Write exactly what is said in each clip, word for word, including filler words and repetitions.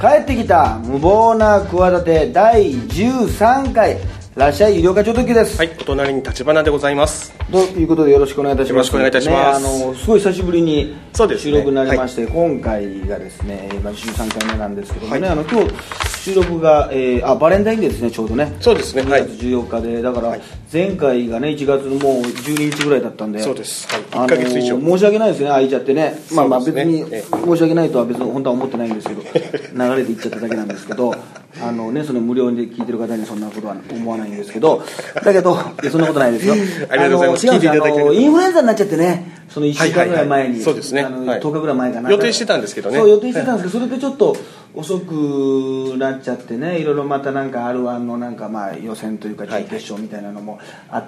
帰ってきた無謀な企てだいじゅうさんかい、らっしゃい医療課長特急です。 はい、お隣に立花でございます。 ということでよろしくお願いいたします。 よろしくお願いいたします、 ね、あのすごい久しぶりに収録になりまして、 ね、はい、 今回がですねじゅうさんかいめなんですけどもね、はい、あの今日収録が、えー、あバレンタインデーですね、ちょうどね。 そうですね、 にがつじゅうよっかで、だから前回がねいちがつのもうじゅうににちぐらいだったんで、 そうです、はい、いっかげつ以上、 申し訳ないですね、空いちゃってね。まあまあ別にね、 申し訳ないとは別に本当は思ってないんですけど流れていっちゃっただけなんですけどあのね、その無料で聞いてる方にそんなことは思わないんですけど、だけどそんなことないですよ。 ありがとうございます。 あの違うんです、あのインフルエンザになっちゃってね、そのいっしゅうかんぐらい前に、 はいはいはい、そうですね、 あのとおかぐらい前かな、 予定してたんですけどね。 そう予定してたんですけど、それでちょっと遅くなっちゃってね、いろいろまたなんか アールワン のなんかまあ予選というか準決勝みたいなのもあって、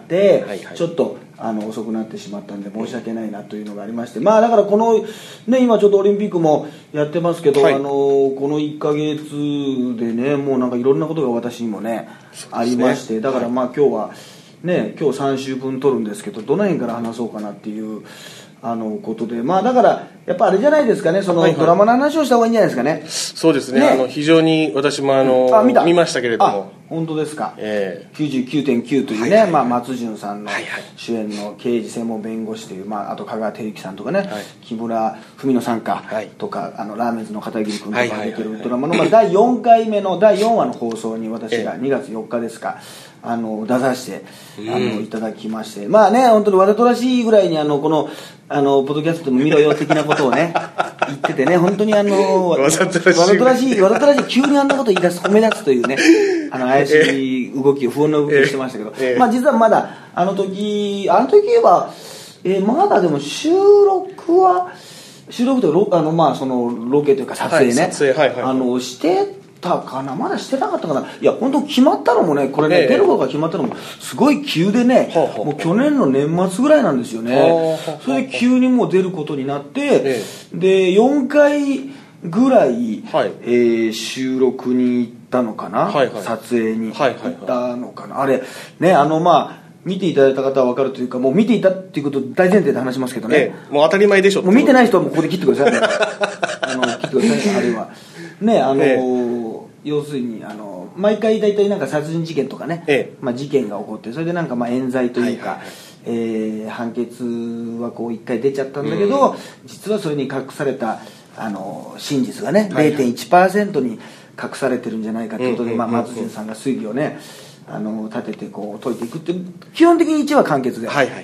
はいはい、ちょっとあの遅くなってしまったんで申し訳ないなというのがありまして、まあだからこのね今ちょっとオリンピックもやってますけど、はい、あのこのいっかげつでねもうなんかいろんなことが私にも ね, ねありまして、だからまあ今日はね今日さん週分撮るんですけど、どの辺から話そうかなっていうあのことで、まあだからやっぱあれじゃないですかね、そのドラマの話をした方がいいんじゃないですかね。はいはい、 そうですね、 ね、 あの非常に私もあのあ 見, 見ましたけれども、 本当ですか。 えー、 きゅうじゅうきゅうてんきゅう というね、はいはいはい、まあ、松潤さんの主演の刑事専門弁護士という、まあ、あと香川照之さんとかね、はい、木村文乃さんか、はい、とかあのラーメンズの片桐君とか出てるドラマの、まあ、だいよんかいめのだいよんわの放送に私がにがつよっかですか、あの出させてあのいただきまして、まあね本当にわざとらしいぐらいにあのこのあのポッドキャストでも見ろよ的なことをね言っててね、本当にあのわざとらしいわざとらしい急にあんなこと言い出す褒め出すというねあの怪しい動きを不穏な動きをしてましたけど、えー、まあ実はまだあの時あの時は、えー、まだでも収録は収録というかあのまあそのロケというか撮影ね、はい、撮影、はいはいはい、あのしてたかな、まだしてなかったかな。いや本当決まったのもね、これね、えー、出ることが決まったのもすごい急でね、はあはあ、もう去年の年末ぐらいなんですよね。はあはあ、それで急にもう出ることになって、えー、でよんかいぐらい、はい、えー、収録に行ったのかな、はいはい、撮影に行ったのかな、はいはいはい、あれね、あのまあ見ていただいた方は分かるというか、もう見ていたっていうことを大前提で話しますけどね、ええ、もう当たり前でしょ。 もう見てない人はもうここで切ってくださいあの切ってくださいあれはね、あの、ええ、要するにあの毎回大体なんか殺人事件とかね、ええ、まあ、事件が起こって、それでなんかまあ冤罪というか、はいはいはい、えー、判決はこういっかい出ちゃったんだけど、うん、実はそれに隠されたあの真実がね、はいはい、れいてんいちパーセント に隠されてるんじゃないかということで、まあ、松潤さんが推理をねあの立ててこう解いていくっていう、基本的にいちわ完結で、はいはいはい、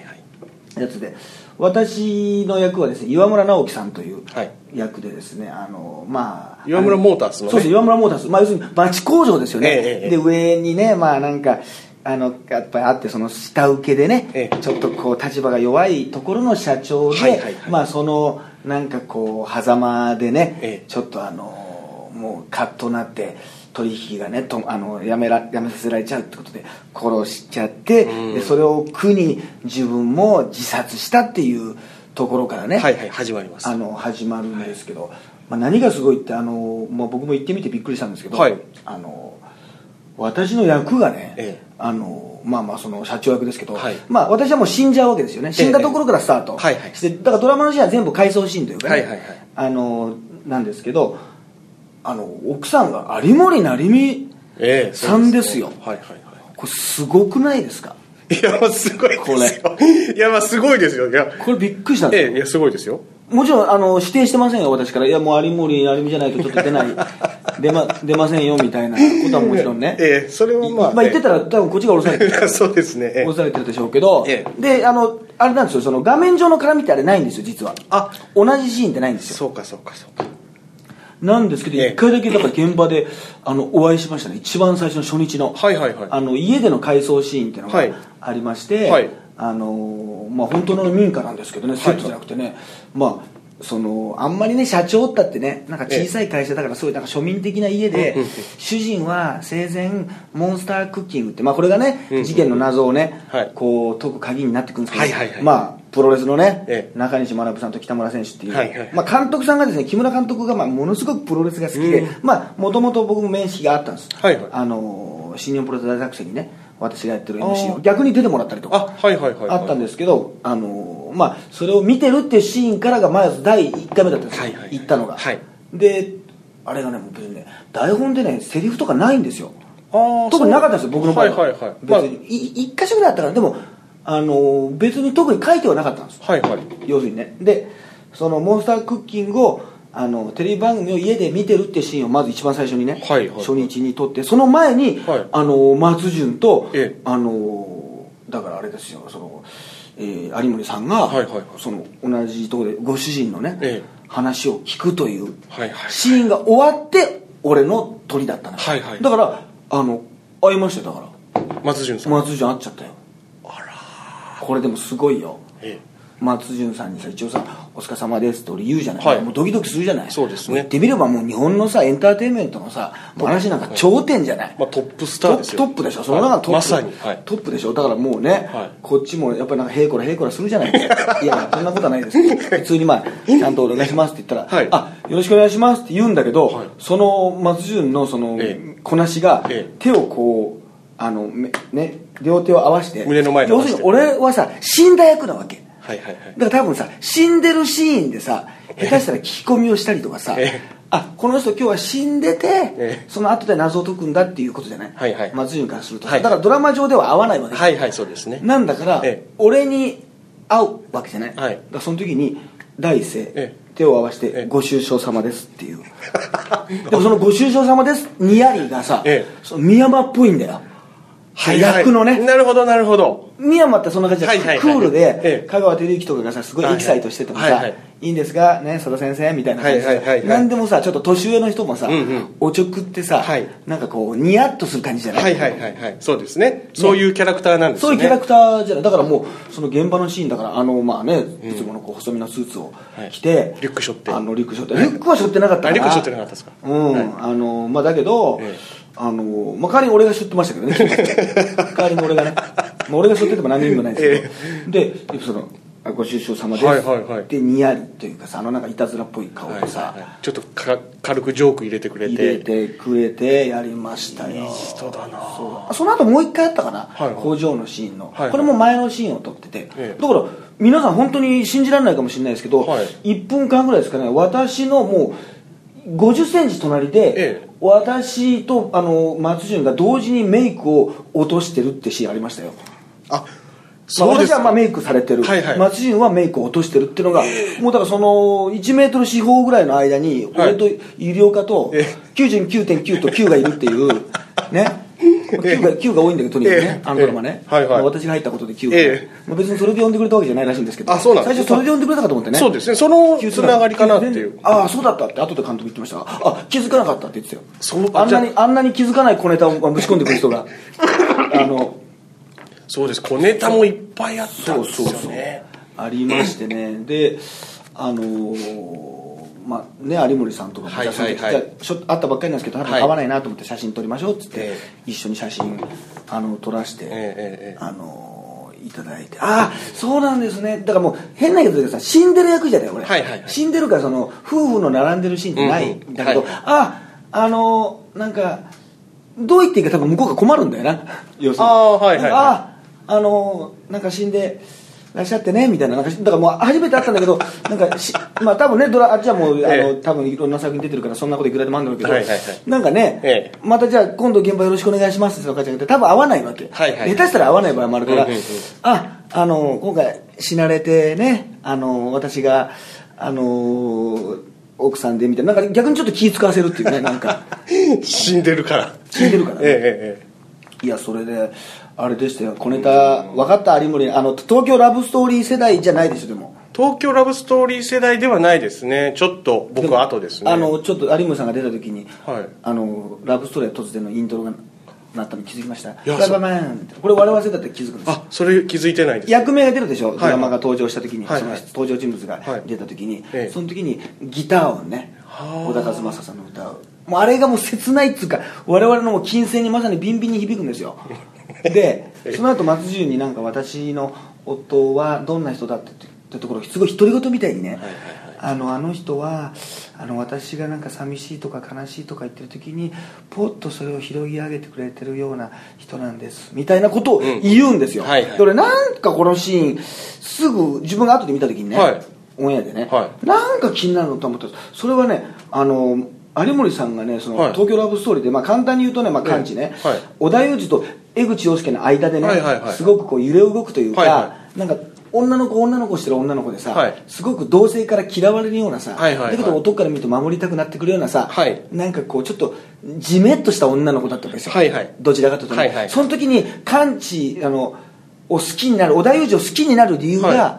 やつで、私の役はですね岩村直樹さんという役でですね、あのまあ岩村モータースのね、 そうです、岩村モータース、まあ、要するに町工場ですよね、ええ、で上にねまあなんかあのやっぱりあって、その下請けでね、ええ、ちょっとこう立場が弱いところの社長で、はいはいはい、まあそのなんかこう狭間でね、ええ、ちょっとあのもうカッとなって取引がねとあのやめらやめさせられちゃうってことで殺しちゃって、うん、でそれを苦に自分も自殺したっていうところからね、 はいはい、始まります。 あの始まるんですけど、はい、まあ、何がすごいってあの、まあ、僕も行ってみてびっくりしたんですけど、はい、あの私の役がね、ええ、あのまあまあその社長役ですけど、はい、まあ私はもう死んじゃうわけですよね。死んだところからスタートして、ええ、だからドラマのシーンは全部回想シーンというかね、はいはいはい、あのなんですけど、あの奥さんが有森成美さんですよ。ええ、はいはいはい、これすごくないですか。 いやまあすごいですよ。いやまあすごいですよ。いやこれびっくりしたんですよ。 ええ、いやすごいですよ。 もちろんあの指定してませんよ私から。いやもう有森成美じゃないとちょっと出ない出, ま出ませんよみたいなことはもちろんね、 ええ、それはまあ、 まあ、言ってたら多分こっちが降ろされてるそうですね、ええ、 降ろされてるでしょうけど、ええ、であのあれなんですよ、その画面上の絡みってあれないんですよ実は。あ、同じシーンってないんですよ。 そうかそうかそうか。 なんですけど、ええ、いっかいだけだから現場であのお会いしましたね。一番最初の初日の、はいはいはい、あの家での回想シーンっていうのがありまして、はい、あのまあ、本当の民家なんですけどね、セットじゃなくてね、はいはい、まあそのあんまりね社長だってねなんか小さい会社だからそういうなんか庶民的な家で、主人は生前モンスタークッキングって、まあ、これがね事件の謎をね、はい、こう解く鍵になってくるんですけど、はいはいはい、まあプロレスのね、ええ、中西学さんと北村選手っていう、はいはいはい、まあ、監督さんがですね、木村監督がまあものすごくプロレスが好きで、もともと僕も面識があったんです、はいはい、あの新日本プロレス大学生にね私がやってる エムシー を逆に出てもらったりとか あ,、はいはいはいはい、あったんですけど、あの、まあ、それを見てるっていうシーンからがまずだいいっかいめだったんですよ、はいはいはい、行ったのが、はい、であれがねもう別にね台本でねセリフとかないんですよ。あ特になかったんですよ僕の場合は、はいはいはい、別に、まあ、いっか所ぐらいあったからでもあの別に特に書いてはなかったんです、はいはい、要するにねでそのモンスタークッキングをあのテレビ番組を家で見てるっていうシーンをまず一番最初にね、はいはい、初日に撮ってその前に、はい、あの松潤と、ええ、あのだからあれですよその、えー、有森さんが、はいはいはい、その同じところでご主人のね、ええ、話を聞くというシーンが終わって俺の撮りだったの、はいはい、だからあの会いましたよだから松潤さん松潤会っちゃったよ。あらこれでもすごいよ、ええ松潤さんにさ一応さお疲れ様ですって俺言うじゃない、はい、もうドキドキするじゃない。 そうですね。 言ってみればもう日本のさエンターテインメントのさ話なんか頂点じゃない、はいまあ、トップスターですよ。 トップでしょその中のトップ、 はい、まさに、はい、 トップでしょだからもうね、はい、こっちもやっぱりなんかへいこらへいこらするじゃないですかいやそんなことはないです普通にまあちゃんとお願いしますって言ったら、はい、あよろしくお願いしますって言うんだけど、はい、その松潤のその、ええ、こなしが、ええ、手をこうあのね両手を合わせて胸の前で合わせて要するに俺はさ死んだ役なわけはいはいはい、 だから多分さ死んでるシーンでさ下手したら聞き込みをしたりとかさ、えー、あこの人今日は死んでて、えー、その後で謎を解くんだっていうことじゃない、はいはい、松潤からすると、はい、だからドラマ上では合わないわけです、 はいはいそうですね、 なんだから、えー、俺に会うわけじゃない、はい、だからその時に第一声、えー、手を合わせて、えー、ご愁傷様ですっていうでもそのご愁傷様ですにやりがさ、えー、その深山っぽいんだよはいはい、役のねなるほどなるほど深山ってそんな感じで、はいはいはい、クールで、ええ、香川照之とかがさすごいエキサイトしててもさ、はいはい、いいんですかね曽田先生みたいな感じで、はいはいはいはい、何でもさちょっと年上の人もさ、うんうん、おちょくってさ、はい、なんかこうニヤッとする感じじゃないはいはいはいはいそうですねそういうキャラクターなんですねそういうキャラクターじゃないだからもうその現場のシーンだからあのまあね、うん、いつものこう細身のスーツを着て、はい、 リュック背負ってあのリュック背負ってリュックは背負ってなかったかなリュック背負ってなかったですかうん、はい、あのまあだけど、ええあのまあ、代わりに俺が背負ってましたけどね代わりに俺がね、まあ、俺が背負ってても何の意味もないですけど、えー、でそのご愁傷様です、はいはいはい、でにやりというかさあのなんかいたずらっぽい顔でさ、はいはいはい、 ちょっとか軽くジョーク入れてくれて入れてくれてやりましたよ。 いい人だな。 そうその後もう一回あったかな、はいはい、工場のシーンの、はいはい、これも前のシーンを撮ってて、ええ、だから皆さん本当に信じられないかもしれないですけど、はい、いっぷんかんぐらいですかね私のもうごじゅっセンチ隣で、ええ、私とあの松潤が同時にメイクを落としてるってシーンありましたよ。 あまあ、私はまあメイクされてる、はいはい、松潤はメイクを落としてるっていうのが、えー、もうだからそのいちメートル四方ぐらいの間に俺と医療科と きゅうじゅうきゅうてんきゅう ときゅうがいるっていうねきゅうが、きゅうが多いんだけどとにかくね、えー、あのドラマね、えーはいはい、私が入ったことできゅうが、えーまあ、別にそれで呼んでくれたわけじゃないらしいんですけどあそうなん最初それで呼んでくれたかと思ってねそうですねそのつながりかなっていうああそうだったって後で監督言ってましたあ気づかなかったって言ってたよそうあんなにあんなに気づかない小ネタをぶち込んでくる人があのそうです小ネタもいっぱいあったんですよね。そうそうそうありましてねであのーまあね、有森さんとかも、はいはいはい、会ったばっかりなんですけど多分会わないなと思って写真撮りましょうっつって、はい、一緒に写真あの撮らせて、えーえー、あのいただいてああそうなんですねだからもう変な言うけどさ死んでる役じゃない俺、はいはいはい、死んでるからその夫婦の並んでるシーンってないんだけど、うんうんはい、ああのなんかどう言っていいか多分向こうが困るんだよな要するにあ、はいはいはい、ああのなんか死んでいらっしゃってねみたいな、なんかだからもう初めて会ったんだけどなんかしまあ多分ねドラあっちはもう、ええ、あの多分いろんな作品出てるからそんなこといくらでもあるんだけど、はいはいはい、なんかね、ええ、またじゃあ今度現場よろしくお願いしますって言って多分会わないわけ、はいはい、下手したら会わない場合もあるから、うんうんうん、ああの今回死なれてねあの私があの奥さんでみたいななんか逆にちょっと気使わせるっていうねなんか死んでるから死んでるからね、ええええ、いやそれであれでしたよ小ネタ分かった有森あの東京ラブストーリー世代じゃないですよでも東京ラブストーリー世代ではないですねちょっと僕は後ですねあのちょっと有森さんが出た時に、はい、あのラブストーリー突然のイントロがなったの気づきましたこれ我々世代だって気づくんですあそれ気づいてないです役名が出るでしょ、はい、ドラマが登場した時に、はい、その登場人物が出た時に、はい、その時にギター音ね小田和正さんの歌うもうあれがもう切ないっつうか我々のもう金銭にまさにビンビンに響くんですよでその後松潤になんか私の夫はどんな人だって言ってところすごい独り言みたいにね、はいはいはい、あのあの人はあの私がなんか寂しいとか悲しいとか言ってる時にポッとそれを拾い上げてくれてるような人なんですみたいなことを言うんですよ、うんはいはい、で俺なんかこのシーンすぐ自分が後で見た時にね、はい、オンエアでね、はい、なんか気になるのと思ったそれはねあの有森さんがねその、はい、東京ラブストーリーで、まあ、簡単に言うとね、まあ、カンチね、はい、織田裕二と江口洋介の間でね、はいはいはい、すごくこう揺れ動くというか、はいはい、なんか女の子女の子してる女の子でさ、はい、すごく同性から嫌われるようなさ、はいはいはい、だけど男から見ると守りたくなってくるようなさ、はい、なんかこうちょっとじめっとした女の子だったわけですよ、はいはい、どちらかというと、ねはいはい、その時にカンチあのを好きになる織田裕二を好きになる理由が、はい、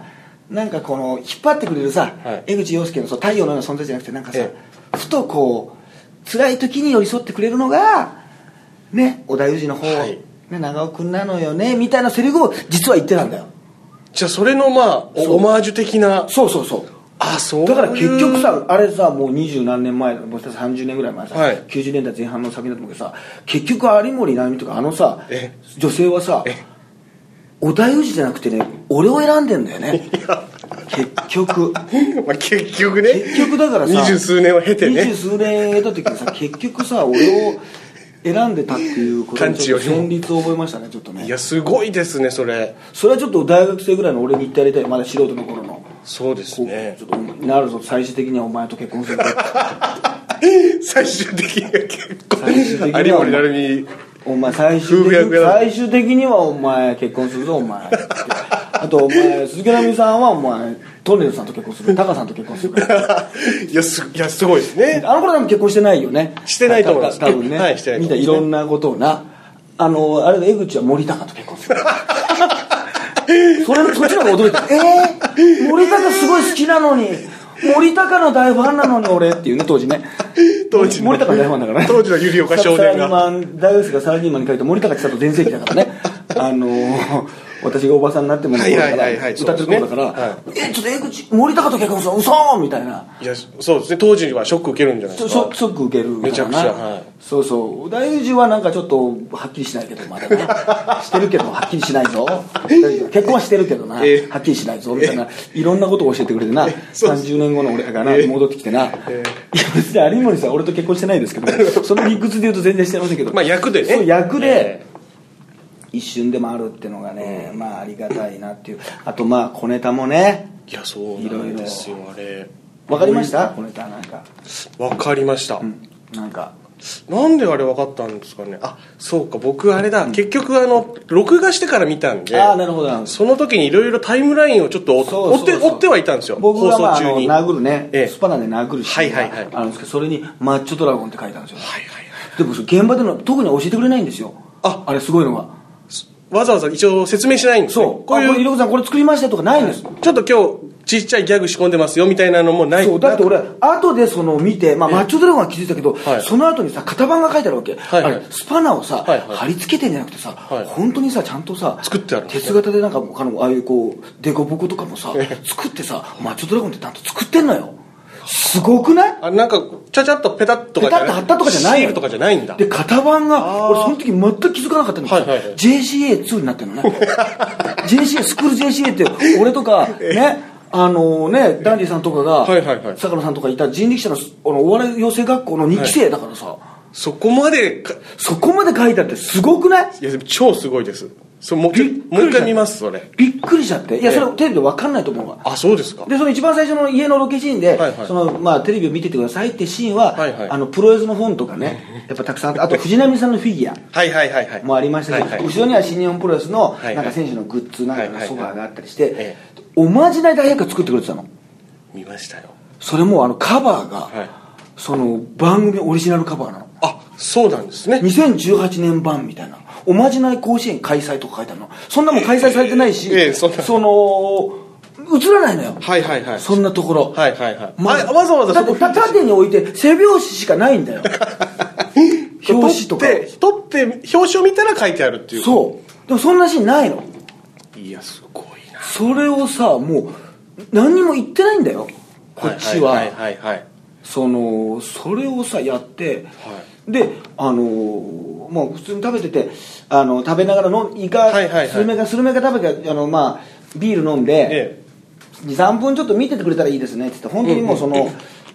なんかこの引っ張ってくれるさ、はい、江口洋介のそう太陽のような存在じゃなくてなんかさ、ええ、ふとこう辛い時に寄り添ってくれるのがね織田裕二の方、はいね、長尾君なのよねみたいなセリフを実は言ってたんだよ。 じゃあそれのまあオマージュ的な。 そうそうそう。 あそうだから結局さあれさもう二十何年前もうさんじゅうねんぐらい前さ、はい、きゅうじゅうねんだいぜん半の作品だと思うけどさ結局有森奈美とかあのさ女性はさ織田裕二じゃなくてね俺を選んでんだよね結局まあ結局ね結局だからさ二十数年を経てね二十数年経った時にさ結局さ俺を選んでたっていうことにちょっと旋律を覚えましたねちょっとね。 いやすごいですねそれ。 それはちょっと大学生ぐらいの俺に言ってやりたいまだ素人の頃の。 そうですね。 ちょっとなるぞ最終的にはお前と結婚する最終的には結婚有森成美お前最終的に最終的にはお前結婚するぞお前あとお前鈴木奈美さんはお前トンネルさんと結婚するタカさんと結婚するいや す, いやすごいですね。 あの頃多分結婚してないよね。 してないと思います多分ね、はい、してないと思いますね。見たいろんなことをなあのあれで江口は森高と結婚するそれそっちの方が驚いた。えー、森高すごい好きなのに森高の大ファンなのに俺っていうね当時ね当時、ね、森高の大ファンだからね当時の百合岡少年が大学生がサラリーマンに書いて森高千里全盛期だからねあのー私がおばさんになってもの頃から歌ってる頃だから、はいはい、えちょっと江口森高と結婚するの嘘みたいな。 いやそうですね当時はショック受けるんじゃないですか。 ショック受けるめちゃくちゃ、はい、 そうそう織田裕二はなんかちょっとはっきりしないけどまだねしてるけどはっきりしないぞ結婚はしてるけどな、えー、はっきりしないぞみたいな、えー、いろんなことを教えてくれてな、えー、さんじゅうねんごの俺がな、えー、戻ってきてな、えー、いや別に有森さん俺と結婚してないですけどその理屈で言うと全然してませんけどまあ役でねそう役で、えー一瞬でもあるっていうのがね、うん、まあありがたいなっていう。あとまあ小ネタもねいやそうなんですよ。あれ分かりました小ネタなんか分かりました、 うん、なんかなんであれ分かったんですかね。あそうか僕あれだ、うん、結局あの録画してから見たんであなるほどその時にいろいろタイムラインをちょっと追って追ってはいたんですよ。 僕が、まあ、 放送中に殴るね、ええ、スパナで殴るシーンがはいはいはいあるんですけどそれにマッチョドラゴンって書いてあるんですよ、 はいはいはい、 でも現場での特に教えてくれないんですよ。 あ, あれすごいのがわざわざ一応説明しないんですね。 そうこういういろこさんこれ作りましたとかないんです、はい、 ちょっと今日ちっちゃいギャグ仕込んでますよみたいなのもない。 そうだって俺後でその見て、まあ、マッチョドラゴンは気づいたけど、はい、その後にさ型番が書いてあるわけ、はいはい、あれスパナをさ、はいはい、貼り付けてんじゃなくてさ、はい、本当にさちゃんとさ作ってある、ね、 鉄型でなんかあのああいうこうデコボコとかもさ作ってさマッチョドラゴンってちゃんと作ってんのよ。すごくない？ あなんかちゃちゃっとペタッとかペタッと貼ったとかじゃないシールとかじゃないんだ。 で型番が俺その時全く気づかなかったのが、はいはいはい、ジェイシーエーツー になってるのねジェイシーエー スクール ジェイシーエー って俺とかねあのねダンディさんとかが、はいはいはい、坂野さんとかいた人力車のあのお笑い養成学校のにき生だからさ、はい、 そこまでそこまで書いてあってすごくない？ いやでも超すごいです。そもうもう一回見ますそれ。 びっくりしちゃっていやそれテレビで分かんないと思うわ。 あそうですか。 でその一番最初の家のロケシーンで、はいはい、そのまあ、テレビを見ててくださいってシーンは、はいはい、あのプロレスの本とかねやっぱたくさんあってあと藤波さんのフィギュアはいはいはいはいもありましたけど、はいはい、後ろには新日本プロレスのなんか選手のグッズなんかのソファーがあったりして、はいはいはい、おまじない大百科作ってくれてたの。 見ましたよ。 それもあのカバーが、はい、その番組オリジナルカバーなの。 あそうなんですね。 にせんじゅうはちねん版みたいなおまじない甲子園開催とか書いてあるの。そんなもん開催されてないし、ええ、そ, その映らないのよ。 はいはいはい。 そんなところ。 はいはいはい。まあ、わざわざだって縦に置いて背表紙しかないんだよ。表紙とか。 取って取って表紙を見たら書いてあるっていう。 そう。でもそんなシーンないの。 いやすごいな。 それをさもう何にも言ってないんだよ。こっちは。 はいはいはいはい。 そのそれをさやって。はい。であのー、もう普通に食べててあの食べながらのイカ、はいはいはい、スルメがスルメが食べてあの、まあ、ビール飲んで、ええ、にさんぷんちょっと見ててくれたらいいですねって言って本当にもうその、うんうん、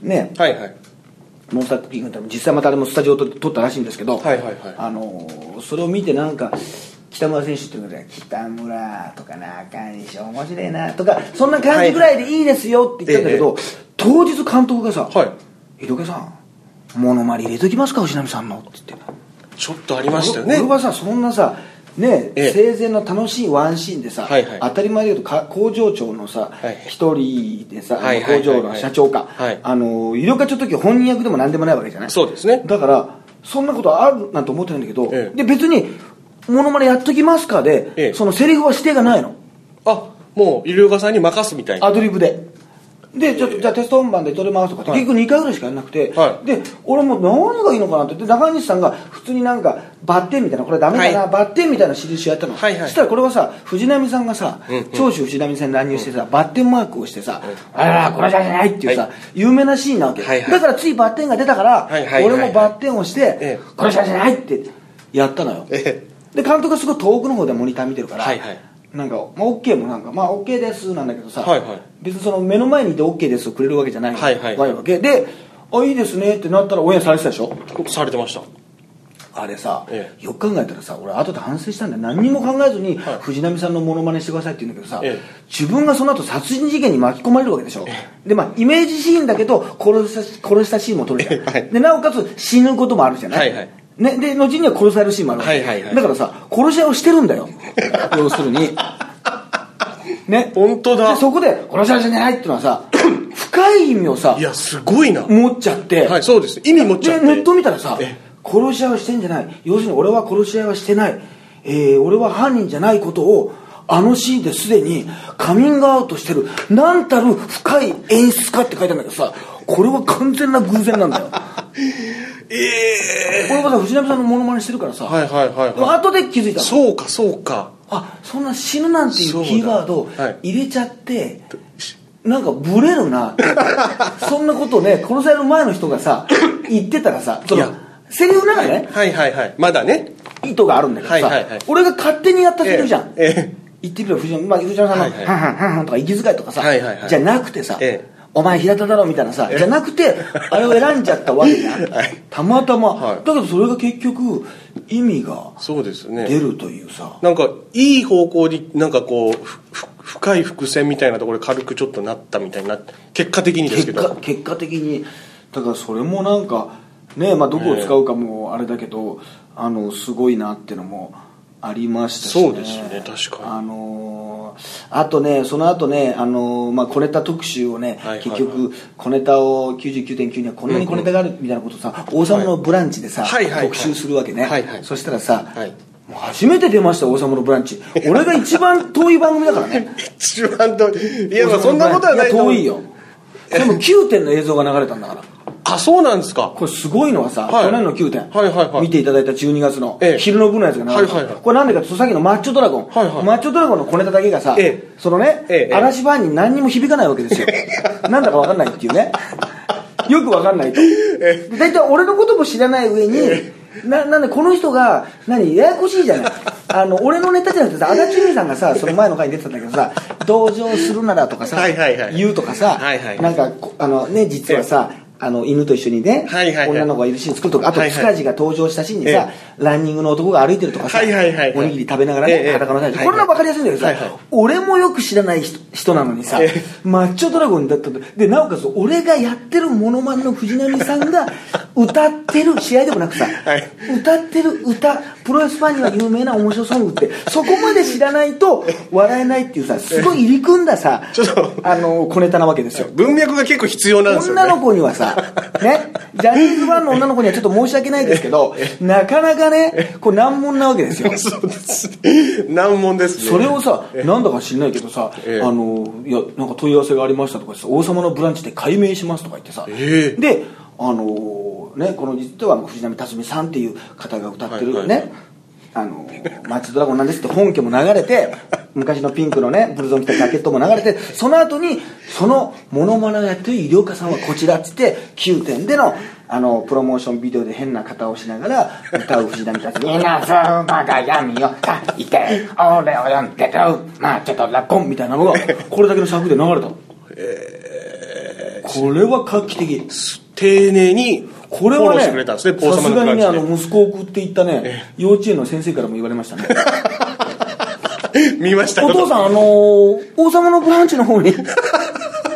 ね、はいはい、モンスターピンク実際またあれもスタジオと撮ったらしいんですけど、はいはいはい、あのー、それを見てなんか北村選手っていうので北村とかなあかんにし面白いなとかそんな感じぐらいでいいですよって言ったんだけど、はいはい、当日監督がさ、はい、井戸家さんモノマネ入れときますか藤波さんのって言ってちょっとありましたよね。 俺はさそんなさね、ええ、生前の楽しいワンシーンでさ、はいはい、当たり前だけど工場長のさ一、はい、人でさ、はいはいはいはい、工場の社長か、はい、あの医療課長の時は本人役でも何でもないわけじゃない。 そうですね。 だからそんなことあるなんて思ってないんだけど、ええ、で別にモノマネやっときますかで、ええ、そのセリフは指定がないの。 あ、もう医療課さんに任すみたいなアドリブででちょっとじゃあテスト本番で撮れますとかって、はい、結局にかいぐらいしかやらなくて、はい、で俺も何がいいのかなってで中西さんが普通になんかバッテンみたいなこれダメだな、はい、バッテンみたいな印をやったの、はいはい、そしたらこれはさ藤波さんがさ、うんうん、長州藤波さんに乱入してさ、うん、バッテンマークをしてさ、うん、あらこれじゃないっていうさ、はい、有名なシーンなわけ、はいはい、だからついバッテンが出たから、はいはいはいはい、俺もバッテンをして、ええ、これじゃないってやったのよ、ええ、で監督がすごい遠くの方でモニター見てるから、はいはい、なんか、まあ、OK もなんか、まあ OK ですなんだけどさ、はいはい、別にその目の前にいて OK ですをくれるわけじゃないわけ、はいはいはい、で、あ、いいですねってなったらオンエアされてたでしょ。 されてました。 あれさ、ええ、よく考えたらさ、俺後で反省したんだよ。何にも考えずに、はい、藤波さんのモノマネしてくださいって言うんだけどさ、ええ、自分がその後殺人事件に巻き込まれるわけでしょ、ええ、でまあイメージシーンだけど殺した殺したシーンも撮るじゃん、ええはい、でなおかつ死ぬこともあるじゃない、はいはいね、で後には殺されるシーンもあるわけ、はいはいはい、だからさ殺し合いをしてるんだよ要するにね、 本当だ。 でそこで殺し合いじゃないっていうのはさ深い意味をさ、 いやすごいな持っちゃって、 はい、そうです、意味持っちゃって、 でネット見たらさ殺し合いはしてんじゃない、要するに俺は殺し合いはしてない、えー、俺は犯人じゃないことをあのシーンですでにカミングアウトしてる、なんたる深い演出家って書いてあるんだけどさ、これは完全な偶然なんだよええー、これはさ藤波さんのモノマネしてるからさ、はいはいはいはい、後で気づいたの。 そうかそうか、 あ、そんな死ぬなんていうキーワードを入れちゃって、はい、なんかブレるなそんなことをね殺される前の人がさ言ってたらさ、そのセリフの中でね、 はいはいはい、まだね意図があるんだけどさ、はいはいはい、俺が勝手にやったセリフじゃん、えーえー、言ってみれば藤波、まあ、藤波さんの、はいはい、はんはんはんはんとか息遣いとかさ、はいはいはい、じゃなくてさ、えーお前平田だろみたいなさ、じゃなくてあれを選んじゃったわけじゃん、はい、たまたま、はい、だけどそれが結局意味が出るというさ、 なんかいい方向になんかこう深い伏線みたいなところで軽くちょっとなったみたいな、結果的にですけど、 結果、結果的にだからそれもなんかね、まあ、どこを使うかもあれだけど、ね、あのすごいなっていうのもありましたしね。 そうですね、確かに。 あのー、あとね、その後ね、あのーまあ、小ネタ特集をね、はいはいはい、結局小ネタを きゅうじゅうきゅうてんきゅう にはこんなに小ネタがあるみたいなことをさ、うんうん、王様のブランチでさ、はいはいはいはい、特集するわけね、はいはい、そしたらさ、はい、もう初めて出ました王様のブランチ俺が一番遠い番組だからね一番遠い、いやまあそんなことはないと思う。 いや遠いよでもきゅうてんの映像が流れたんだから。 あ、そうなんですか。 これすごいのはさ、はい、去年のきゅうてん、はいはいはい、見ていただいたじゅうにがつの昼の部のやつが流れた、はいはいはい、これなんでかってさっきのマッチョドラゴン、はいはい、マッチョドラゴンの小ネタだけがさ、ええ、そのね、ええ、嵐ファンに何にも響かないわけですよなんだか分かんないっていうねよく分かんないと、ええ、だいたい俺のことも知らない上に、ええ、な, なんでこの人が何ややこしいじゃないあの俺のネタじゃなくてさ、足立由美さんがさその前の回に出てたんだけどさ同情するならとかさ、はいはいはい、言うとかさ、はいはいはい、なんかあのね実はさ、ええあの犬と一緒にね、はいはいはい、女の子がいるシーン作るとか、あと塚地が登場したシーンにさ、はいはい、ランニングの男が歩いてるとかさ、はいはいはいはい、おにぎり食べながらね、ええ、裸の大臣、はいはい、これは分かりやすいんだけどさ、はいはい、俺もよく知らない 人, 人なのにさ、ええ、マッチョドラゴンだったで、なおかつ俺がやってるモノマネの藤波さんが歌ってる試合でもなくさ、はい、歌ってる歌、プロレスファンには有名な面白ソングってそこまで知らないと笑えないっていうさ、すごい入り組んださ、ちょっとあの小ネタなわけですよ。 文脈が結構必要なんですよね。 女の子にはさね、ジャニーズファンの女の子にはちょっと申し訳ないですけどなかなかねこれ難問なわけですよ。 そうです難問ですね。 それをさなんだか知んないけどさ、ええ、あのいやなんか問い合わせがありましたとかさ、王様のブランチで解明しますとか言ってさ、ええ、であのねこの実は藤波辰巳さんっていう方が歌ってるね、はいはいはい、あのマッチドラゴンなんですって本家も流れて昔のピンクのねブルゾン着たジャケットも流れて、その後にそのモノマネをやってる医療家さんはこちらっつってきゅうてんでのあのプロモーションビデオで変な型をしながら歌う藤波辰巳稲妻が闇を描いて俺を呼んでるマッチドラゴンみたいなのがこれだけの尺で流れたの、えー、これは画期的、 丁寧にこれはね、さすがにねあの息子を送っていったね幼稚園の先生からも言われましたね見ました。お父さんあのー、王様のブランチの方に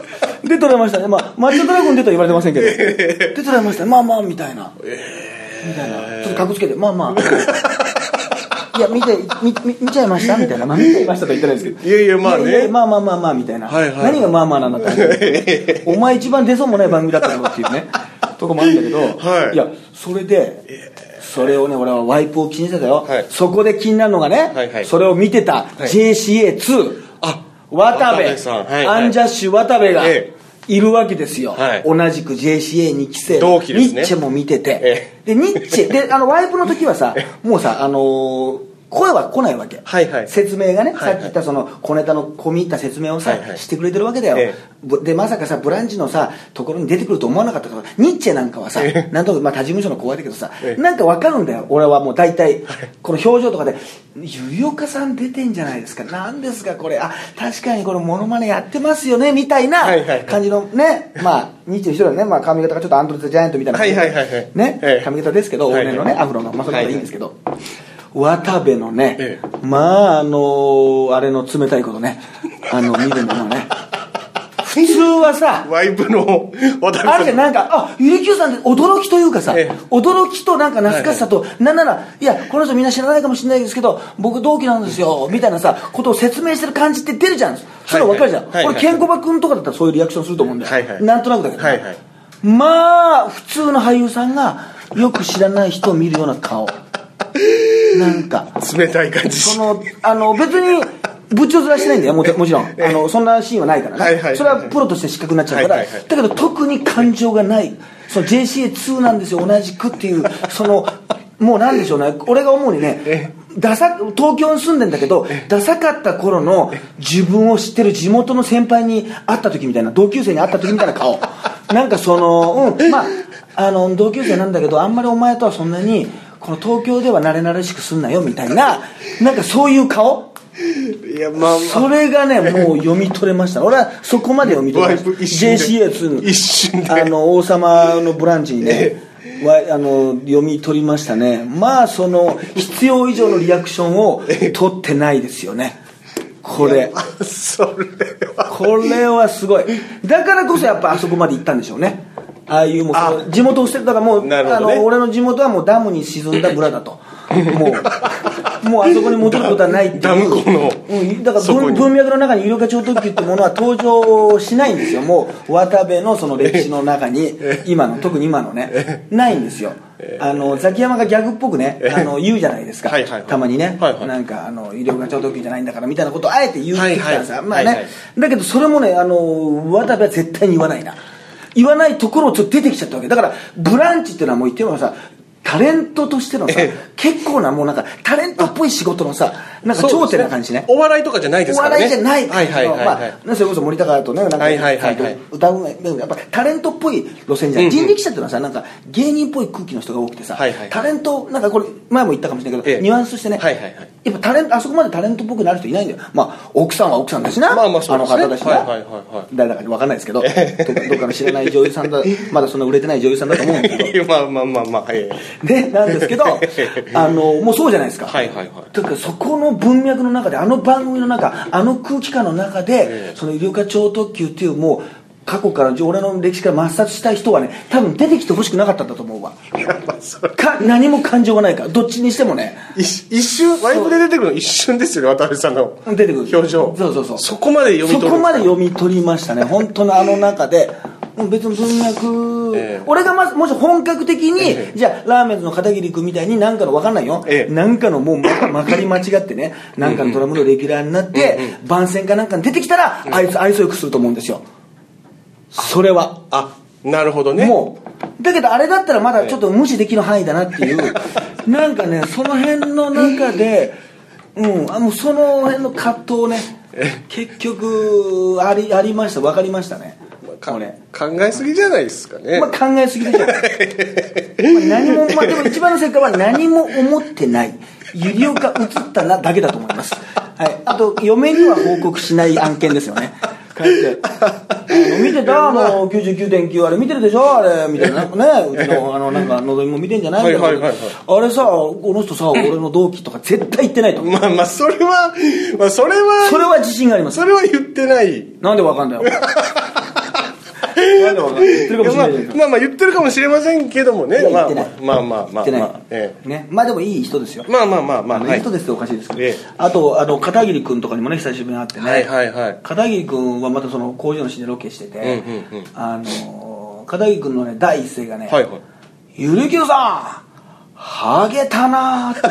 出とられましたね。まあマッチョドラゴン出とは言われてませんけど出とられましたね。まあまあみたいな、えー、みたいな、ちょっとかっこつけてまあまあいや見て 見, 見, 見ちゃいましたみたいな、まあ見ちゃいましたとは言ってないですけど、 いやいやまあね、いやいやまあまあまあまあみたいな、 はいはい、 何がまあまあなんだってお前一番出そうもない番組だったのっていうねとこもあるんだけど、はい、いやそれで、えー、それをね俺はワイプを気にしてたよ、はい、そこで気になるのがね、はいはい、それを見てた ジェーシーエーツー、はい、あ渡部、はいはい、アンジャッシュ渡部が、えーいるわけですよ、はい、同じく ジェーシーエーに 期生同期ですね、 ニッチェも見てて、ええ、でニッチェであのワイプの時はさもうさあのー声は来ないわけ、はいはい、説明がね、はいはい、さっき言ったその小ネタの込み入った説明をさ、はいはい、してくれてるわけだよ、ええ、でまさかさブランチのさところに出てくると思わなかったからニッチェなんかはさ、ええ、なんとか、まあ、他事務所の後輩だけどさ、ええ、なんか分かるんだよ俺はもう大体、はい、この表情とかでゆりおかさん出てんじゃないですか、なんですかこれ、あ確かにこれモノマネやってますよねみたいな感じのね、はいはいはい、まあニッチェの人はね、まあ、髪型がちょっとアンドレス・ジャイアントみたいな、はいはいはいはい、ね、ええ、髪型ですけど、はいはい、往年のねアフロの、まあそれはいいんですけど、はいはい、渡部のね、ええ、まああのー、あれの冷たいことね、あの見るものね普通はさワイプの渡部さんあるじゃん、なんかあゆりきゅうさんって驚きというかさ、ええ、驚きとなんか懐かしさと、はいはい、なんならいやこの人みんな知らないかもしれないですけど僕同期なんですよみたいなさことを説明してる感じって出るじゃん、それは分かるじゃん、はいはい、俺ケンコバ君とかだったらそういうリアクションすると思うんだよ、はいはい、なんとなくだけど、はいはい、まあ普通の俳優さんがよく知らない人を見るような顔なんか冷たい感じ、 そのあの別に部長面はしてないんだよ も, もちろんあのそんなシーンはないからね、はいはいはいはい、それはプロとして失格になっちゃうから、はいはいはい、だけど特に感情がないその ジェーシーエーツー なんですよ同じくっていうそのもうなんでしょうね、俺が思うにねダサ東京に住んでんだけどダサかった頃の自分を知ってる地元の先輩に会った時みたいな、同級生に会った時みたいな顔なんかその、うん、まああの同級生なんだけどあんまりお前とはそんなにこの東京では慣れ慣れしくすんなよみたいななんかそういう顔、いや、まあまあ、それがねもう読み取れました俺はそこまで読み取れました ジェーシーエーツー の一瞬であの王様のブランチにねあの読み取りましたね。まあその必要以上のリアクションを取ってないですよねこれそれはこれはすごい、だからこそやっぱあそこまで行ったんでしょうね、ああいうもう地元を捨てるだからもう、ね、あの俺の地元はもうダムに沈んだ村だともうもうあそこに戻ることはないっていうダム湖の、 うん、だから 文, 文脈の中に有料化超特急ってものは登場しないんですよ、もう渡部のその歴史の中に今の特に今のねないんですよ。あのザキヤマがギャグっぽくねあの言うじゃないですか、はいはいはい、たまにね、はいはい、なんかあの有料化超特急じゃないんだからみたいなことをあえて言ってきたんですよ、はいはい、まあね、はいはい、だけどそれもねあの渡部は絶対に言わないな、言わないところをちょっと出てきちゃったわけだから、ブランチっていうのはもう言ってもさタレントとしてのさ、ええ、結構なもうなんかタレントっぽい仕事のさなんか頂点な感じ ね, ねお笑いとかじゃないですからね、 お笑いじゃないはいはいはい、はい、まあ、それこそ森高とねなんか、はいはいはいはい、歌うやっぱタレントっぽい路線じゃない、うんうん、人力車っていうのはさなんか芸人っぽい空気の人が多くてさ、はいはいはい、タレントなんかこれ前も言ったかもしれないけど、ええ、ニュアンスとしてね、はいはいはい、やっぱタレントあそこまでタレントっぽくなる人いないんだよ。まあ奥さんは奥さんだしな、まあまあそうですね、あの方だしな、はいはいはいはい、誰だか分かんないですけど、ええ、ど, どっかの知らない女優さんだまだそんな売れてない女優さんだと思うんですけどまあまあまあまあ、はい、でなんですけどあのもうそうじゃないですか、はいはいはい、だからそこの文脈の中であの番組の中あの空気感の中で、えー、その医療科超特急っていうもう過去から俺の歴史から抹殺したい人はね多分出てきてほしくなかったんだと思うわか何も感情がないからどっちにしてもね一瞬ワイプで出てくるの一瞬ですよね、渡辺さんの出てくる表情、 そうそうそう、 そこまで読み取るんですか。 そこまで読み取りましたね本当のあの中で別に文脈、えー、俺がまずもし本格的に、えー、じゃあラーメンズの片桐君みたいに何かの分かんないよ、えー、何かのもうまかり間違ってね何かのドラムのレギュラーになって、うんうん、番宣かなんかに出てきたら、うん、あいつ愛想よくすると思うんですよ、それは。 あ、なるほどね。 もうだけどあれだったらまだちょっと無視できる範囲だなっていうなんかねその辺の中でうんあもうその辺の葛藤ね結局あり、ありました、分かりましたね。 考えすぎじゃないですかね、 まあ、考えすぎでしょまあ何も、まあ、でも一番の正解は何も思ってないゆりおか映ったなだけだと思います、はい、あと嫁には報告しない案件ですよね。帰ってあの見てたあの きゅうじゅうきゅうてんきゅう あれ見てるでしょあれみたいな、なんかねうちのあのなんかのぞみも見てんじゃないんだけど、はいはいはいはい、あれさこの人さ俺の同期とか絶対言ってないとまあまあそれは、まあ、それはそれは自信があります。 それは言ってない。 なんでわかんだよなんでわかんない言ってるかもしれないけど、 まあまあ言ってるかもしれませんけどもね。 言ってない。 まあまあまあまあ、まあええ、ね、まあでもいい人ですよ。 まあまあまあまあ、 まあ、いい人ですっておかしいですけど、 ええ、 あとあの片桐君とかにもね久しぶりに会ってね、 はいはいはい、 片桐君はまたその工場のシーンでロケしてて、 うんうんうん、 あの片桐君のね第一声がね、 はいはい、 ゆるきよさんハゲたなーって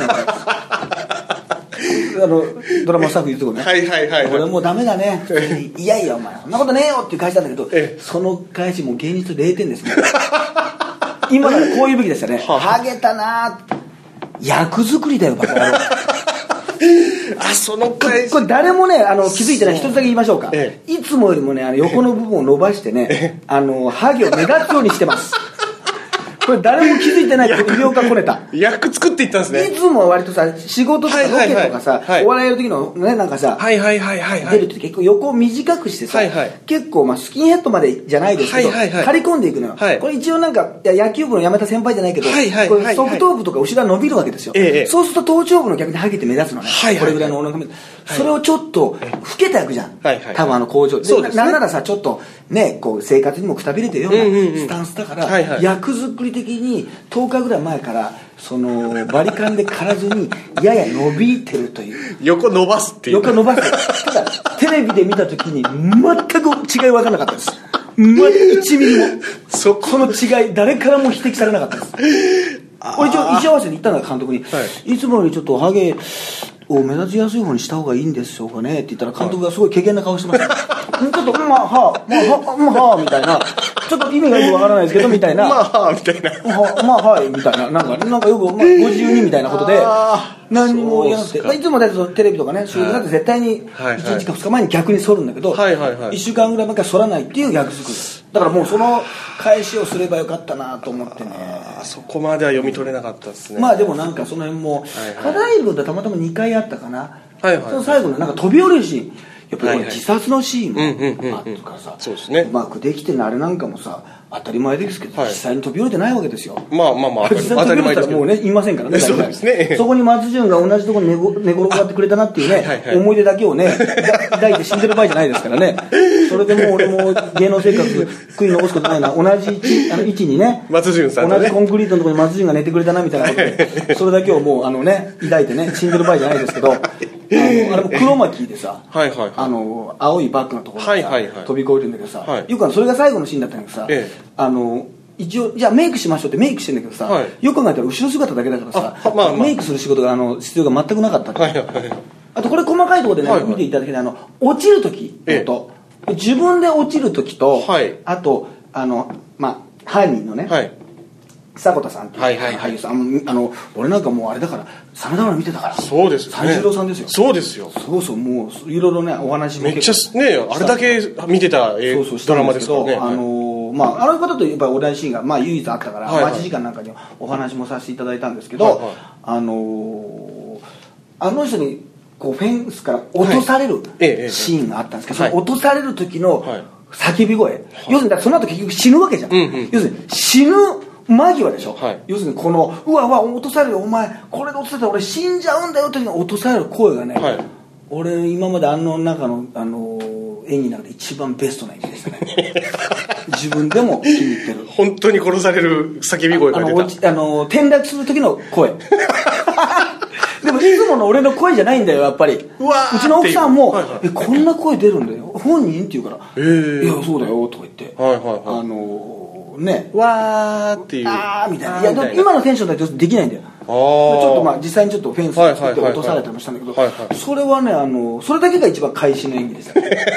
あのドラマスタッフ言うとこね、 はいはいはい、はい、 俺もうダメだねいやいやお前そんなことねえよっていう返しなんだけど、ええ、その返しも芸術れいてんですね今ならこういうべきでしたねハゲたなー役作りだよバカ野郎あその返しこれ誰もねあの気づいてない一つだけ言いましょうか、ええ、いつもよりもねあの横の部分を伸ばしてね、ええ、あのハゲを目立つようにしてますこれ誰も気づいてないけど医療家こねた役作っていったんですね。 いつもは割とさ仕事とかロケとかさ、はいはいはい、お笑いやる時のねなんかさ、 はいはいはいはいはい、 出るって結構横を短くしてさ、はいはい、結構まあスキンヘッドまでじゃないですけど、はいはいはい、刈り込んでいくのよ、はい、これ一応なんかいや野球部の辞めた先輩じゃないけど、はいはいはいはい、これ側頭部とか後ろは伸びるわけですよ、ええ、そうすると頭頂部の逆にハゲて目立つのね、はいはいはい、これぐらいのお腹目、はい、それをちょっと老けた役じゃん、はいはい、多分あの工場で、そうですね、なんならさちょっとねこう生活にもくたびれてるようなスタンスだから、うんうんうん、はいはい、役作り的にとおかぐらい前からそのバリカンで刈らずにやや伸びてるという横伸ばすっていう横伸ばすただテレビで見た時に全く違い分からなかったですまいちミリもそ, その違い誰からも指摘されなかったですこれ一応衣装合わせに言ったのが監督に、はい、いつもよりちょっとハゲを目立ちやすい方にした方がいいんでしょうかねって言ったら監督がすごい軽減な顔してました、はい、ちょっとうんまあはあまあはあうんはあみたいなちょっと意味がよくわからないですけどみたいなまあはあみたいなはまあはいみたいななんかなんかよく、まあ、ごじゅうにみたいなことで何にも言わなくて、まあ、いつもだとテレビとかね収録だって絶対にいちにちかふつかまえに逆に反るんだけど、はいはいはい、いっしゅうかんぐらい前から反らないっていう役作りだからもうその返しをすればよかったなと思ってねあそこまでは読み取れなかったですね。 まあでもなんかその辺も課題文とたまたまにかいあったかな、はいはい、その最後のなんか飛び降りるシーンやっぱり自殺のシーンもあったからさうまくできてるのあれなんかもさ当たり前ですけど、はい、実際に飛び降りてないわけですよ。 まあまあまあ実際に飛び降りたらもうねいませんからね。 そうですね。 そこに松潤が同じところに寝ご寝転がってくれたなっていうね、はいはいはい、思い出だけをね抱いて死んでる場合じゃないですからね。それでもう俺も芸能生活悔い残すことないな同じ位置、あの位置にね松潤さんね同じコンクリートのところに松潤が寝てくれたなみたいなことでそれだけをもうあのね抱いてね死んでる場合じゃないですけどあのあれも黒巻でさ、はいはいはい、あの青いバッグのところに、はいはいはい、飛び越えるんだけどさ、はい、よくあのそれが最後のシーンだったんだけどさ、ええ、あの一応じゃあメイクしましょうってメイクしてんだけどさ、はい、よく考えたら後ろ姿だけだからさ、まあまあ、メイクする仕事があの必要が全くなかったって、はいはいはい、あとこれ細かいところでね、はいはい、見ていただけであの落ちる時と、ええ、自分で落ちる時と、はい、あとあのまあ犯人のね、はい迫田さんっていう俳優さん、はいはいはい、あの俺なんかもうあれだから真田丸見てたからそうですよね三十郎さんですよそうですよそうそうもういろいろねお話もめっちゃねあれだけ見てたそうそうドラマですからねあのー、まああの方とやっぱりお題シーンが、まあ、唯一あったから、はいはい、待ち時間なんかにお話もさせていただいたんですけど、はいはい、あのー、あの人にこうフェンスから落とされるシーンがあったんですけど、はい、その落とされる時の叫び声、はい、要するにその後結局死ぬわけじゃん、うんうん、要するに死ぬ間際でしょ、はい、要するにこのうわうわ落とされるお前これで落とされたら俺死んじゃうんだよって落とされる声がね、はい、俺今まであの中の、あの演技の中で一番ベストな演技でしたね自分でも気に入ってる本当に殺される叫び声が出たあのあの転落する時の声でもいつもの俺の声じゃないんだよやっぱり う, うちの奥さんも、はいはい、えこんな声出るんだよ本人って言うから、えー、いやそうだよとか言って、はいはいはい、あのね、 わーっていうあーみたいないやで今のテンションだとできないんだよあちょっとまあ実際にちょっとフェンスを作って落とされたりもしたんだけど、はいはいはいはい、それはねあのそれだけが一番会心の演技でした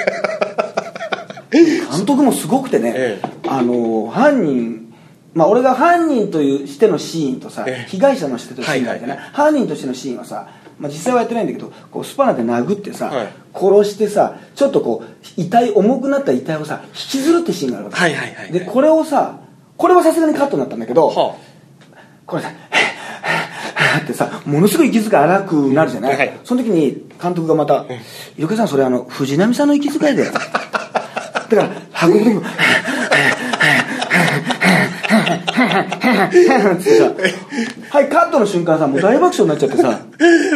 監督もすごくてね、ええ、あの犯人まあ俺が犯人というしてのシーンとさ、ええ、被害者のしてのシーンがあってね、はいはいはい、犯人としてのシーンはさまあ、実際はやってないんだけどこうスパナで殴ってさ、はい、殺してさちょっとこう遺体重くなった遺体をさ引きずるってシーンがあるわけ、はいはいはいはい、でこれをさこれはさすがにカットになったんだけど、はあ、これさってさものすごい息遣い荒くなるじゃない、はい、その時に監督がまた「色気さんそれあの藤波さんの息遣いで」だから運ぶ時もはいカットの瞬間さもう大爆笑になっちゃってさ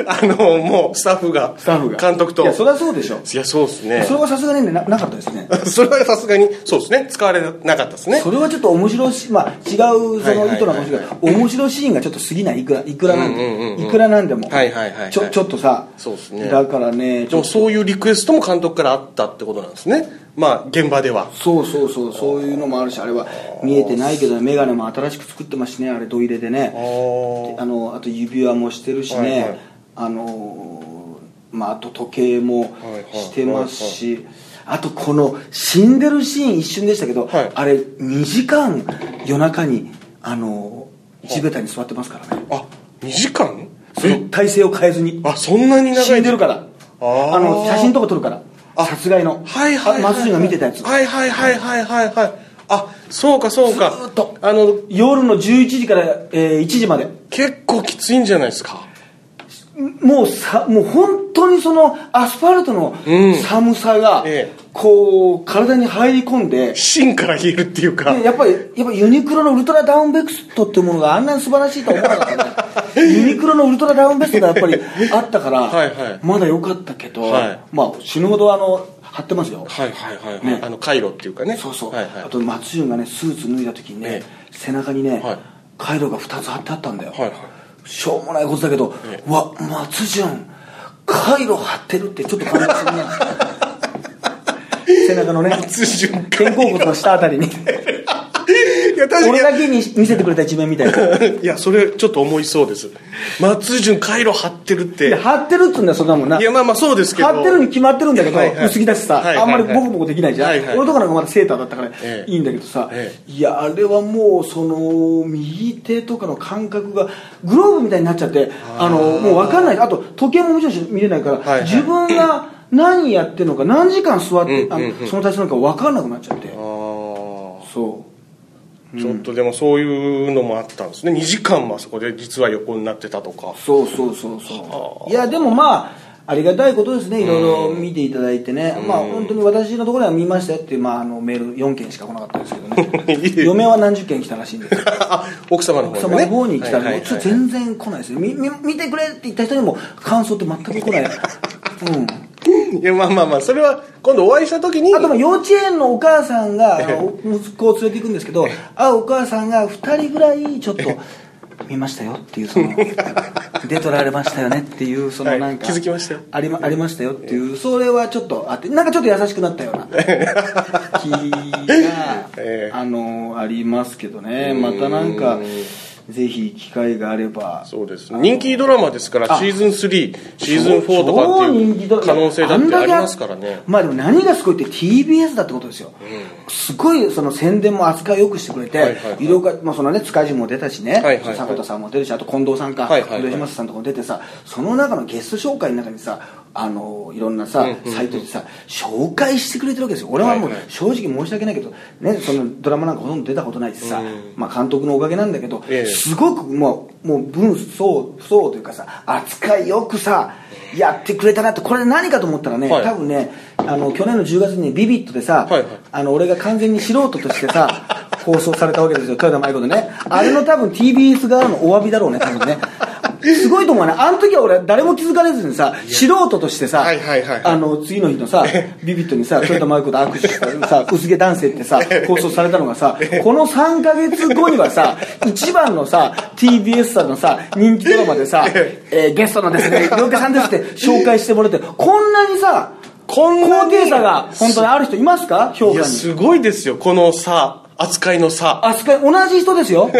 あのもうスタッフがスタッフが監督と。 いやそれはそうでしょ。 いやそうですね。 それはさすがに、ね、な, なかったですね。 それはさすがにそうですね、使われなかったですね。 それはちょっと面白いし、まあ、違うその意図なのかもしれないけど、面白いシーンがちょっと過ぎない、いくらいくらなんで、うんうんうん、いくらなんでも、 はいはいはいはい、 ちょちょっとさ、 そうですね、 だからね、 でもそういうリクエストも監督からあったってことなんですね、まあ現場では。 そうそうそう、そういうのもあるし、あれは見えてないけど、ね、メガネも新しく作ってますしね、あれ土入れでね、あのあと指輪もしてるしね、はいはい、あのまあ、あと時計もしてますし、はいはいはいはい、あとこの死んでるシーン一瞬でしたけど、はい、あれにじかん夜中にあの地べたに座ってますからね。 あ、にじかん？ その体勢を変えずに。 あ、そんなに長い。 死んでるから。ああの写真とか撮るから。殺害の。 はいはいはい、はい。 松潤が見てたやつ。 はいはいはいはいはいはい。あ、そうかそうか。 ずっとあの夜のじゅういちじから、えー、いちじまで。 結構きついんじゃないですか。 もうさ、もう本当にそのアスファルトの寒さが、うん、ええ、こう体に入り込んで芯から冷えるっていうか、 やっぱりやっぱユニクロのウルトラダウンベストっていうものがあんなに素晴らしいとは思わなかったねユニクロのウルトラダウンベストがやっぱりあったからはい、はい、まだ良かったけど、はい、まあ死ぬほどあの貼ってますよ。 はいはいはい、はい、ね、あのカイロっていうかね。 そうそう、 はいはい、 あと松潤がねスーツ脱いだ時にね、ええ、背中にね、はい、カイロがふたつ貼ってあったんだよ。はいはい、しょうもないことだけど、ええ、うわ松潤カイロ貼ってるってちょっと感動するね背中のね肩甲骨の下あたりにいや確かに俺だけに見せてくれた一面みたいな。 いやそれちょっと思いそうです。松潤カイロ貼ってるって。 いや貼ってるっつうんだよそんなもんな。 いやまあまあそうですけど貼ってるに決まってるんだけど、はいはい、薄着だしさ、はいはいはい、あんまりボコボコできないじゃん、はいはい、俺とかなんかまだセーターだったから、ええ、いいんだけどさ、ええ、いやあれはもうその右手とかの感覚がグローブみたいになっちゃって、あのもう分かんない。あと時計ももちろん見れないから、はいはい、自分が何やってるのか何時間座って、うんうんうん、あのその体勢なのか分かんなくなっちゃって、あそうちょっとでもそういうのもあったんですね。にじかんもあそこで実は横になってたとか。 そうそうそうそう。いやでもまあありがたいことですね。いろいろ見ていただいてね。まあ本当に私のところでは見ましたよっていう、まあ、あのメールよんけんしか来なかったんですけどね嫁は何十件来たらしいんですよ奥様の方に、ね、奥様の方に来たら、はいはいはい、全然来ないですよ。みみ見てくれって言った人にも感想って全く来ないうんいやまあまあまあそれは今度お会いした時にあと幼稚園のお母さんが息子を連れて行くんですけどあお母さんがふたりぐらいちょっと見ましたよっていうその出とられましたよねっていうそのなんか、 はい、気づきましたよありま、ありましたよっていうそれはちょっとあってなんかちょっと優しくなったような気が、えー、あのありますけどね。またなんかぜひ機会があれば。 そうです。人気ドラマですからシーズンスリー、シーズンフォーとかっていう可能性だってありますからね。 まあでも何がすごいって ティービーエス だってことですよ。うん、すごいその宣伝も扱いよくしてくれて、はいはいはい、医療科、まあそのね塚地も出たしね、はいはいはい、迫田さんも出るし、あと近藤さんか、はいはいはい、広島さんとかも出てさ、その中のゲスト紹介の中にさ。あのいろんなさ、うん、サイトでさ紹介してくれてるわけですよ。俺はもう正直申し訳ないけど、ね、そのドラマなんかほとんど出たことないしさ、うん、まあ、監督のおかげなんだけど、ええ、すごくもうもう分相相というかさ扱いよくさやってくれたなって。これ何かと思ったらね、はい、多分ねあの去年のじゅうがつにビビットでさ、はいはい、あの俺が完全に素人としてさ放送されたわけですよ豊田舞子でね。あれの多分 ティービーエス 側のお詫びだろうね多分ねすごいと思うね。あの時は俺誰も気づかれずにさ素人としてさ、はいはいはいはい、あの次の日のさビビットにさ豊田舞子と握手したさ薄毛男性ってさ放送されたのがさこのさんかげつごにはさ一番のさ ティービーエス さんのさ人気ドラマでさ、えー、ゲストのですね両家さんですって紹介してもらってこんなにさこんな高低差が本当にある人いますか？評価に。いやすごいですよこの差扱いの差扱い同じ人ですよ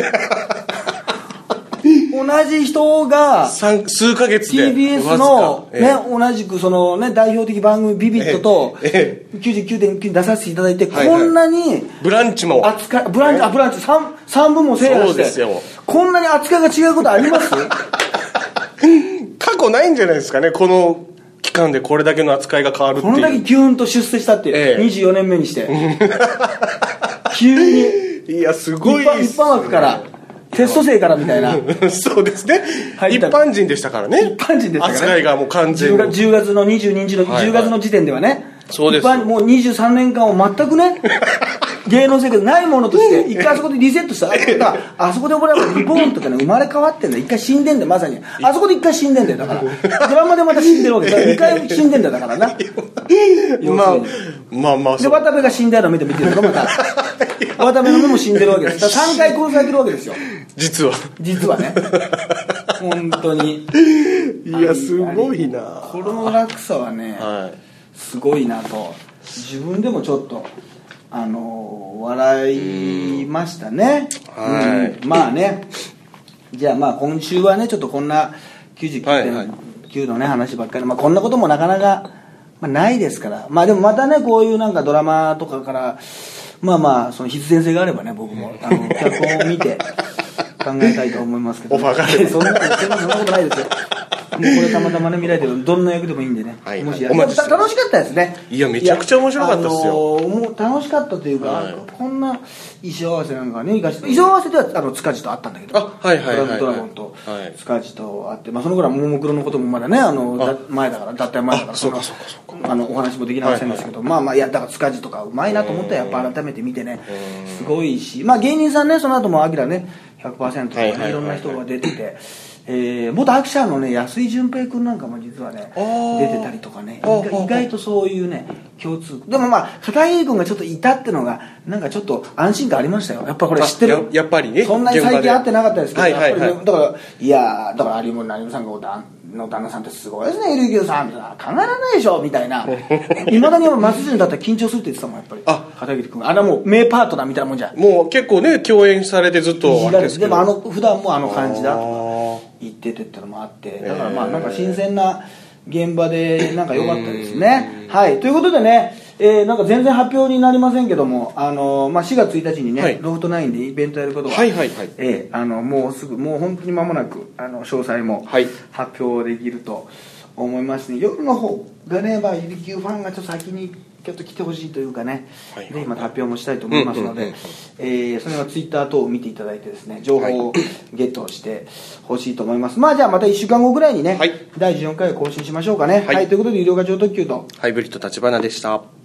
同じ人が数ヶ月でティービーエス の、ね、ええ、同じくその、ね、代表的番組ビビットと きゅうじゅうきゅうてんきゅう に出させていただいて、はいはい、こんなにブランチも扱いブランチ、あブランチ 3, さんぶんも制覇して、こんなに扱いが違うことあります過去ないんじゃないですかねこの期間でこれだけの扱いが変わるっていう。 このだけギューンと出世したって、ええ、にじゅうよねんめにして急にいやすごい一般、一般枠からテスト生からみたいなそうですね一般人でしたからね。 一般人でしたからね。 扱いがもう完全にじゅうがつのにじゅうににちの、はいはい、じゅうがつの時点ではね、 そうです。 一般もうにじゅうさんねんかんを全くね芸能生活ないものとして一回あそこでリセットしたらあそこで俺はリボーンとかね生まれ変わってんだよ。一回死んでんだよ。まさにあそこで一回死んでんだよ。だからドラマでまた死んでるわけだから一回死んでんだよ。だからなまあまあまあで渡部が死んだのを見て見てるとまた渡部の目も死んでるわけです。だからさんかい殺されてるわけですよ実は実はね本当にいやすごいなこの落差はね、はい、すごいなと自分でもちょっとあの笑いましたね。はい、うん、まあねじゃあまあ今週はねちょっとこんなきゅうじゅうきゅうてんきゅうのね話ばっかり、まあ、こんなこともなかなか、まあ、ないですから。まあでもまたねこういうなんかドラマとかからまあまあその必然性があればね僕もあの脚本を見て考えたいと思いますけど、ね、 オファーがあればそんなそんなことないですよ。もうこれたまたまね見られてるどんな役でもいいんでね、はい、もしや楽しかったですね。 いやめちゃくちゃ面白かったですよ。 あのー、もう楽しかったというか、はい、こんな衣装合わせなんかね衣装合わせではあの塚地と会ったんだけど、 あ、はいはいはいはい、 ドラゴンと塚地と会って、まあ、その頃はももクロのこともまだねあのだ前だから脱退前だからそうかそうかそうかあのお話もできませんでしたけど、はいはい、まあまあいやだから塚地とかうまいなと思ったらやっぱ改めて見てねすごいし、まあ芸人さんねその後もアキラね ひゃくパーセント とかね、はいはいはいはい、いろんな人が出てて、えー、元アキシャのね安井淳平君なんかも実はね出てたりとかね意外とそういうね共通でもまあ片桐君がちょっといたってのがなんかちょっと安心感ありましたよ。やっぱこれ知ってるや, やっぱりねそんなに最近会ってなかったですけど、はいはいはい、やっぱり、ね、だからいやだから有森成美さんがの旦那さんってすごいですね、エルギューさんみたいな考えられないでしょみたいないまだに松潤だったら緊張するって言ってたもんやっぱり。あ片桐君あれはもう名パートナーみたいなもんじゃん。 もう結構ね共演されてずっとあれですけどでもあの普段もあの感じだとか言っててってのもあってだからまあなんか新鮮な現場でなんか良かったですね。はいということでね、えー、なんか全然発表になりませんけども、あのーまあ、しがつついたちにね、はい、ロフトナインでイベントやることが、 はいはいはいえー、あのもうすぐもう本当に間もなくあの詳細も発表できると思いますね。夜の方がね、まあ、ゆりきゅうファンがちょっと先にちょっと来てほしいというかね、はいはいはい、で今発表もしたいと思いますので、うんうんうんえー、それはツイッター等を見ていただいてですね情報をゲットしてほしいと思います。まあじゃあまたいっしゅうかんごぐらいにね、はい、だいじゅうよんかいを更新しましょうかね。はい、はい、ということで有料化超特急とハイブリッド立花でした。